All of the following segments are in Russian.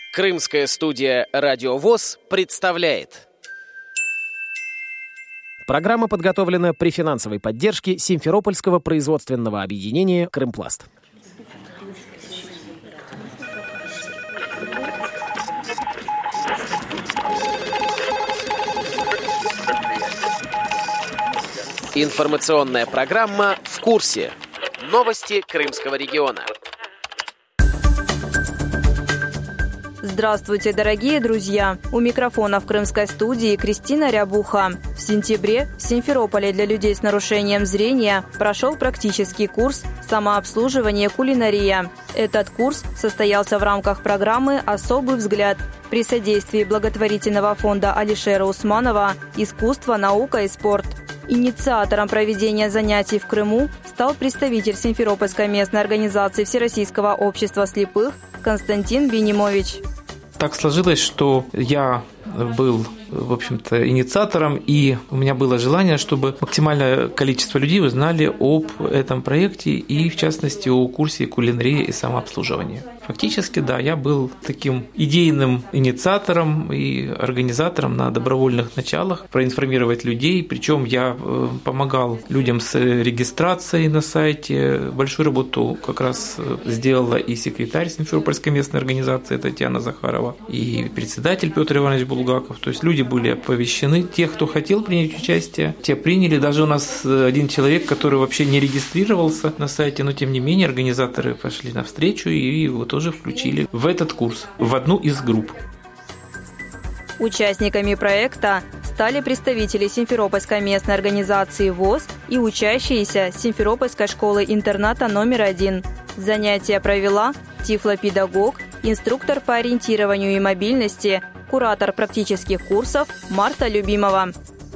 Крымская студия «Радио ВОС» представляет. Программа подготовлена при финансовой поддержке Симферопольского производственного объединения «Крымпласт». Информационная программа «В курсе». Новости Крымского региона. Здравствуйте, дорогие друзья! У микрофона в Крымской студии Кристина Рябуха. В сентябре в Симферополе для людей с нарушением зрения прошел практический курс «Самообслуживание кулинария». Этот курс состоялся в рамках программы «Особый взгляд» при содействии благотворительного фонда Алишера Усманова «Искусство, наука и спорт». Инициатором проведения занятий в Крыму стал представитель Симферопольской местной организации Всероссийского общества слепых Константин Бинимович. Так сложилось, что я был, в общем-то, инициатором, и у меня было желание, чтобы максимальное количество людей узнали об этом проекте и, в частности, о курсе кулинарии и самообслуживания. Фактически, да, я был таким идейным инициатором и организатором на добровольных началах проинформировать людей, причем я помогал людям с регистрацией на сайте. Большую работу как раз сделала и секретарь Симферопольской местной организации Татьяна Захарова, и председатель Петр Иванович Булгаков. То есть люди были оповещены. Те, кто хотел принять участие, те приняли. Даже у нас один человек, который вообще не регистрировался на сайте, но тем не менее организаторы пошли навстречу и его тоже включили в этот курс, в одну из групп. Участниками проекта стали представители Симферопольской местной организации ВОС и учащиеся Симферопольской школы-интерната номер 1. Занятия провела тифлопедагог, инструктор по ориентированию и мобильности, куратор практических курсов Марта Любимова.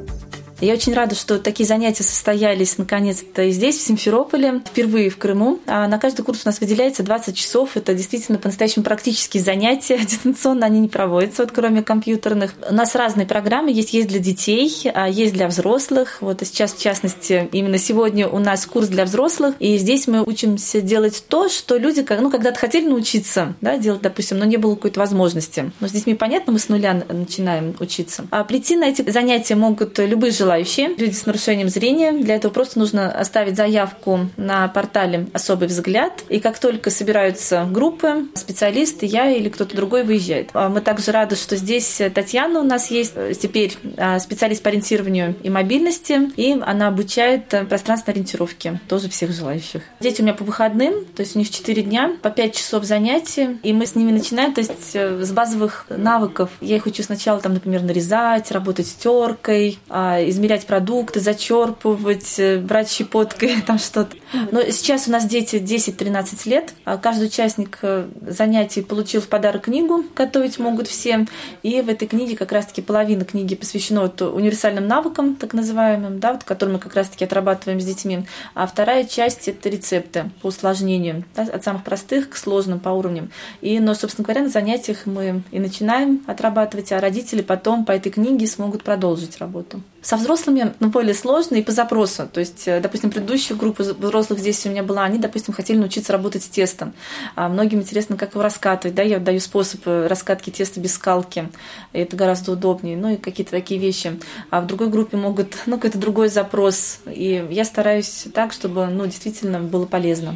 Я очень рада, что такие занятия состоялись наконец-то и здесь, в Симферополе, впервые в Крыму. На каждый курс у нас выделяется 20 часов. Это действительно по-настоящему практические занятия. Дистанционно они не проводятся, кроме компьютерных. У нас разные программы. Есть для детей, есть для взрослых. Вот сейчас, в частности, именно сегодня у нас курс для взрослых. И здесь мы учимся делать то, что люди когда-то хотели научиться делать, допустим, но не было какой-то возможности. Но с детьми, понятно, мы с нуля начинаем учиться. А прийти на эти занятия могут любые желающие. Люди с нарушением зрения. Для этого просто нужно оставить заявку на портале «Особый взгляд». И как только собираются группы, специалисты, я или кто-то другой выезжает. Мы также рады, что здесь Татьяна у нас есть. Теперь специалист по ориентированию и мобильности. И она обучает пространственной ориентировке. Тоже всех желающих. Дети у меня по выходным. То есть у них 4 дня, по 5 часов занятий. И мы с ними начинаем, то есть с базовых навыков. Я их учу сначала, например, нарезать, работать с теркой, измерять продукты, зачерпывать, брать щепоткой, что-то. Но сейчас у нас дети 10-13 лет. Каждый участник занятий получил в подарок книгу «Готовить могут все». И в этой книге как раз-таки половина книги посвящена универсальным навыкам, так называемым, которые мы как раз-таки отрабатываем с детьми. А вторая часть – это рецепты по усложнению, от самых простых к сложным по уровням. Но, собственно говоря, на занятиях мы и начинаем отрабатывать, а родители потом по этой книге смогут продолжить работу. Со взрослыми более сложно и по запросу. То есть, допустим, предыдущая группа взрослых здесь у меня была, они, допустим, хотели научиться работать с тестом. Многим интересно, как его раскатывать. Я даю способ раскатки теста без скалки. Это гораздо удобнее. И какие-то такие вещи. А в другой группе могут, какой-то другой запрос. И я стараюсь так, чтобы, действительно было полезно.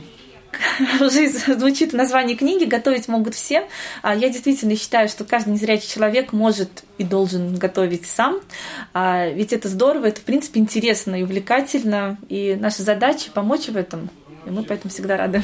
Уже звучит название книги «Готовить могут все». Я действительно считаю, что каждый незрячий человек может и должен готовить сам. Ведь это здорово, это, в принципе, интересно и увлекательно. И наша задача – помочь в этом. И мы поэтому всегда рады.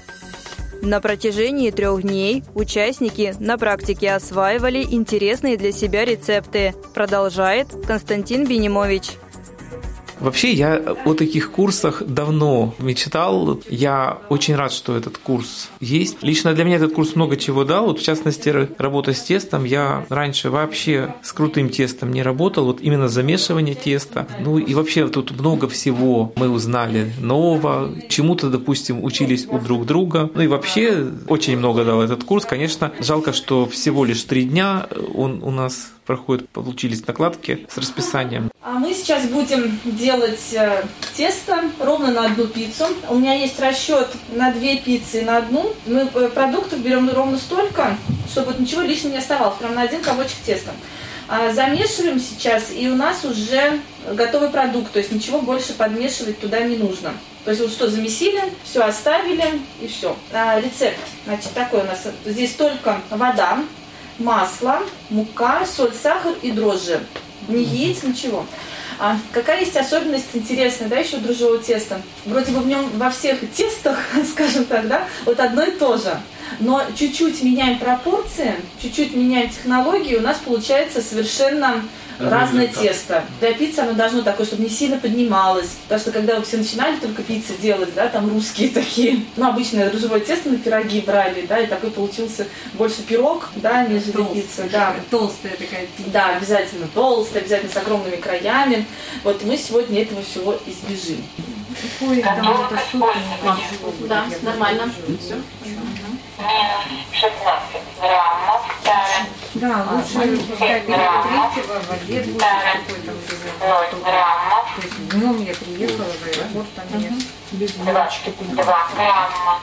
На протяжении 3 дней участники на практике осваивали интересные для себя рецепты. Продолжает Константин Бинимович. Вообще, я о таких курсах давно мечтал. Я очень рад, что этот курс есть. Лично для меня этот курс много чего дал. В частности, работа с тестом. Я раньше вообще с крутым тестом не работал. Именно замешивание теста. И вообще тут много всего мы узнали нового. Чему-то, допустим, учились у друг друга. И вообще очень много дал этот курс. Конечно, жалко, что всего лишь 3 дня он у нас проходит, получились накладки с расписанием. А мы сейчас будем делать тесто ровно на 1 пиццу. У меня есть расчет на 2 пиццы и на 1. Мы продуктов берем ровно столько, чтобы вот ничего лишнего не оставалось, прям на один комочек теста. Замешиваем сейчас, и у нас уже готовый продукт, то есть ничего больше подмешивать туда не нужно. То есть вот что, замесили, все оставили и все. Рецепт, значит, такой у нас. Здесь только вода, масло, мука, соль, сахар и дрожжи. Ни яиц, ничего. Какая есть особенность интересная, да, еще дрожжевого теста? Вроде бы в нем во всех тестах, скажем так, да, вот одно и то же. Но чуть-чуть меняем пропорции, чуть-чуть меняем технологии, у нас получается совершенно разное тесто. Для пиццы оно должно такое, чтобы не сильно поднималось. Потому что когда вот все начинали только пиццы делать, да, там русские такие, ну, обычное дрожжевое тесто на пироги брали, да, и такой получился больше пирог, да, нежели пицца. Да. Толстая такая пицца. Да, обязательно толстая, обязательно с огромными краями. Вот мы сегодня этого всего избежим. Какой там это супер? Да, нормально. Все. Минус 16 граммов. Да, лучше пускай перед третьего в обед будет какой-то уже. 0 граммов. То есть днем я приехала в аэропорт, там я без 22 грамма.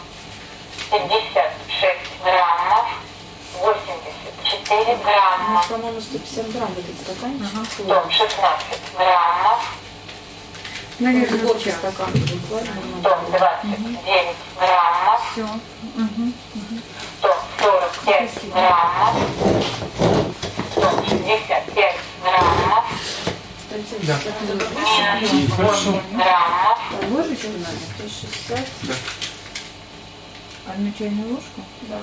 56 граммов. 84 У грамма. нас, по-моему, 150 грамм вот эти стаканчики. 116 граммов. наверное, Горки час. стакан. 129 граммов. Все. 145 граммов. 165 граммов. Да. Минус 8 граммов. Ложечку надо? 160. Одну чайную ложку? Да.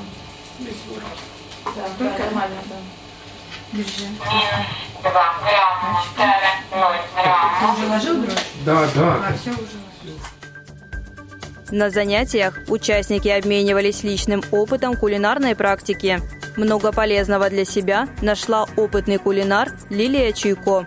Да, Только? да, нормально, да. Держи. Минус 2 грамма. 0 Ты граммов. уже ложил дрожжи? Да. А, все уже ложил. На занятиях участники обменивались личным опытом кулинарной практики. Много полезного для себя нашла опытный кулинар Лилия Чуйко.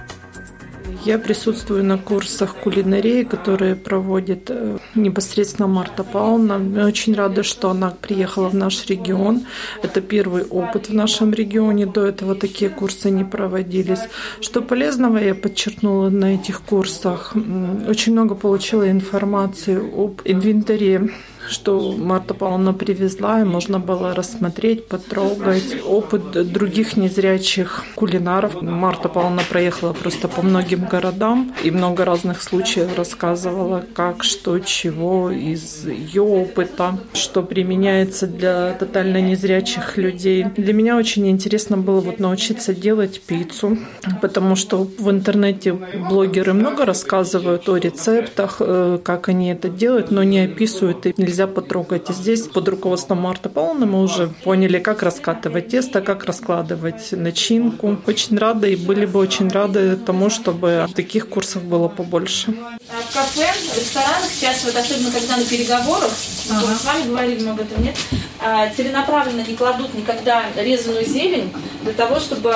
Я присутствую на курсах кулинарии, которые проводит непосредственно Марта Павловна. Я очень рада, что она приехала в наш регион. Это первый опыт в нашем регионе. До этого такие курсы не проводились. Что полезного я подчеркнула на этих курсах? Очень много получила информации об инвентаре, что Марта Павловна привезла, и можно было рассмотреть, потрогать опыт других незрячих кулинаров. Марта Павловна проехала просто по многим городам и много разных случаев рассказывала, как, что, чего из ее опыта, что применяется для тотально незрячих людей. Для меня очень интересно было вот научиться делать пиццу, потому что в интернете блогеры много рассказывают о рецептах, как они это делают, но не описывают, и нельзя потрогать. И здесь под руководством Марты Павловны мы уже поняли, как раскатывать тесто, как раскладывать начинку. Очень рада и были бы очень рады тому, чтобы таких курсов было побольше. В кафе, в ресторанах сейчас, вот особенно когда на переговорах, мы с вами говорили, мы об этом нет, целенаправленно не кладут никогда резаную зелень для того, чтобы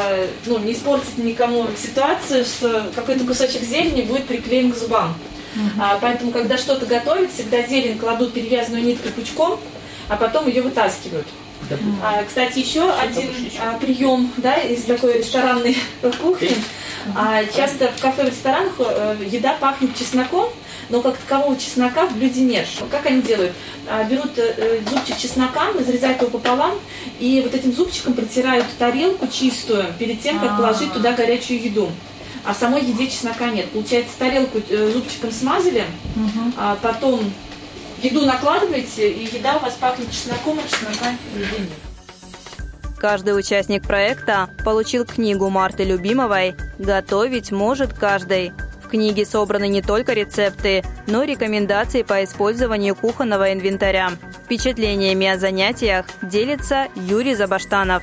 не испортить никому ситуацию, что какой-то кусочек зелени будет приклеен к зубам. Поэтому, когда что-то готовят, всегда зелень кладут перевязанную ниткой пучком, а потом ее вытаскивают. Кстати, еще один прием, да, из такой ресторанной кухни. Часто в кафе, в ресторанах еда пахнет чесноком, но как такового чеснока в блюде нет. Как они делают? Берут зубчик чеснока, разрезают его пополам, и вот этим зубчиком протирают тарелку чистую перед тем, как положить туда горячую еду. А в самой еде чеснока нет. Получается, тарелку зубчиком смазали, а потом еду накладываете, и еда у вас пахнет чесноком, а чеснока нигде нет. Каждый участник проекта получил книгу Марты Любимовой «Готовить может каждый». В книге собраны не только рецепты, но и рекомендации по использованию кухонного инвентаря. Впечатлениями о занятиях делится Юрий Забаштанов.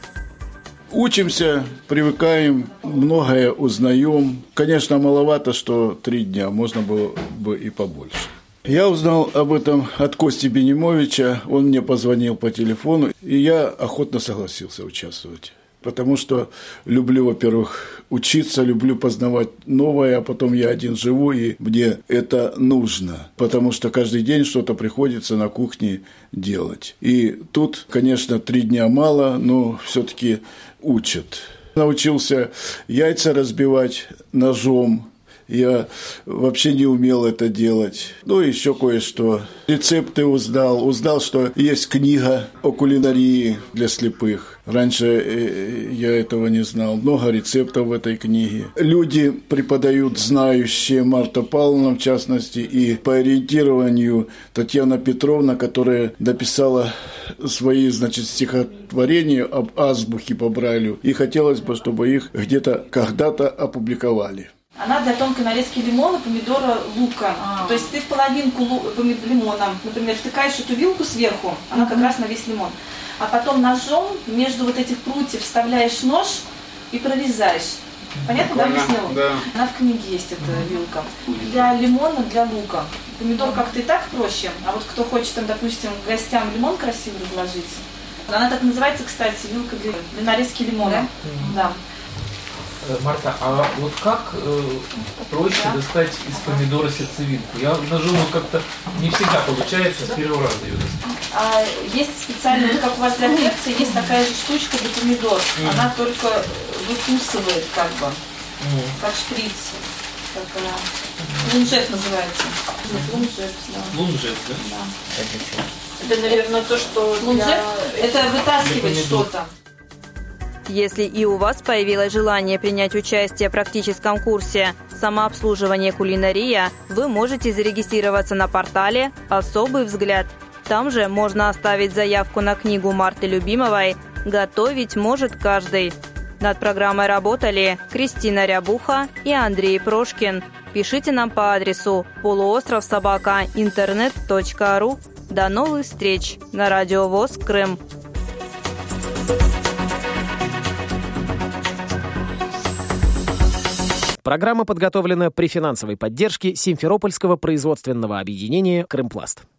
Учимся, привыкаем, многое узнаем. Конечно, маловато, что 3 дня, можно было бы и побольше. Я узнал об этом от Кости Бенимовича, он мне позвонил по телефону, и я охотно согласился участвовать. Потому что люблю, во-первых, учиться, люблю познавать новое, а потом я один живу, и мне это нужно. Потому что каждый день что-то приходится на кухне делать. И тут, конечно, 3 дня мало, но все-таки учат. Научился яйца разбивать ножом, Я вообще не умел это делать. Ну, еще кое-что. Рецепты узнал, что есть книга о кулинарии для слепых. Раньше я этого не знал. Много рецептов в этой книге. Люди преподают знающие, Марта Павловна в частности, и по ориентированию Татьяна Петровна, которая дописала свои, стихотворения об азбуке по Брайлю. И хотелось бы, чтобы их где-то когда-то опубликовали. Она для тонкой нарезки лимона, помидора, лука. То есть ты в половинку лимона, например, втыкаешь эту вилку сверху, она как раз на весь лимон. А потом ножом между вот этих прутьев вставляешь нож и прорезаешь. Понятно, да, объяснила? Да. Она в книге есть, эта вилка. Для лимона, для лука. Помидор как-то и так проще, а вот кто хочет, там, допустим, гостям лимон красиво разложить. Она так называется, кстати, вилка для нарезки лимона. Да. Марта, а вот как проще достать из помидора сердцевинку? Я ножом как-то не всегда получается, с первого раза ее достать. Есть специально, вот как у вас для перца, есть такая же штучка для помидор. Она только выкусывает как шприц. Как она? Лунжет называется. Лунжет, да. Лунжет, да? Да. Это, наверное, то, что лунжет, это вытаскивать что-то. Если и у вас появилось желание принять участие в практическом курсе «Самообслуживание кулинария», вы можете зарегистрироваться на портале «Особый взгляд». Там же можно оставить заявку на книгу Марты Любимовой «Готовить может каждый». Над программой работали Кристина Рябуха и Андрей Прошкин. Пишите нам по адресу poloostrovsobaka.internet.ru. До новых встреч на Радио ВОС Крым. Программа подготовлена при финансовой поддержке Симферопольского производственного объединения «Крымпласт».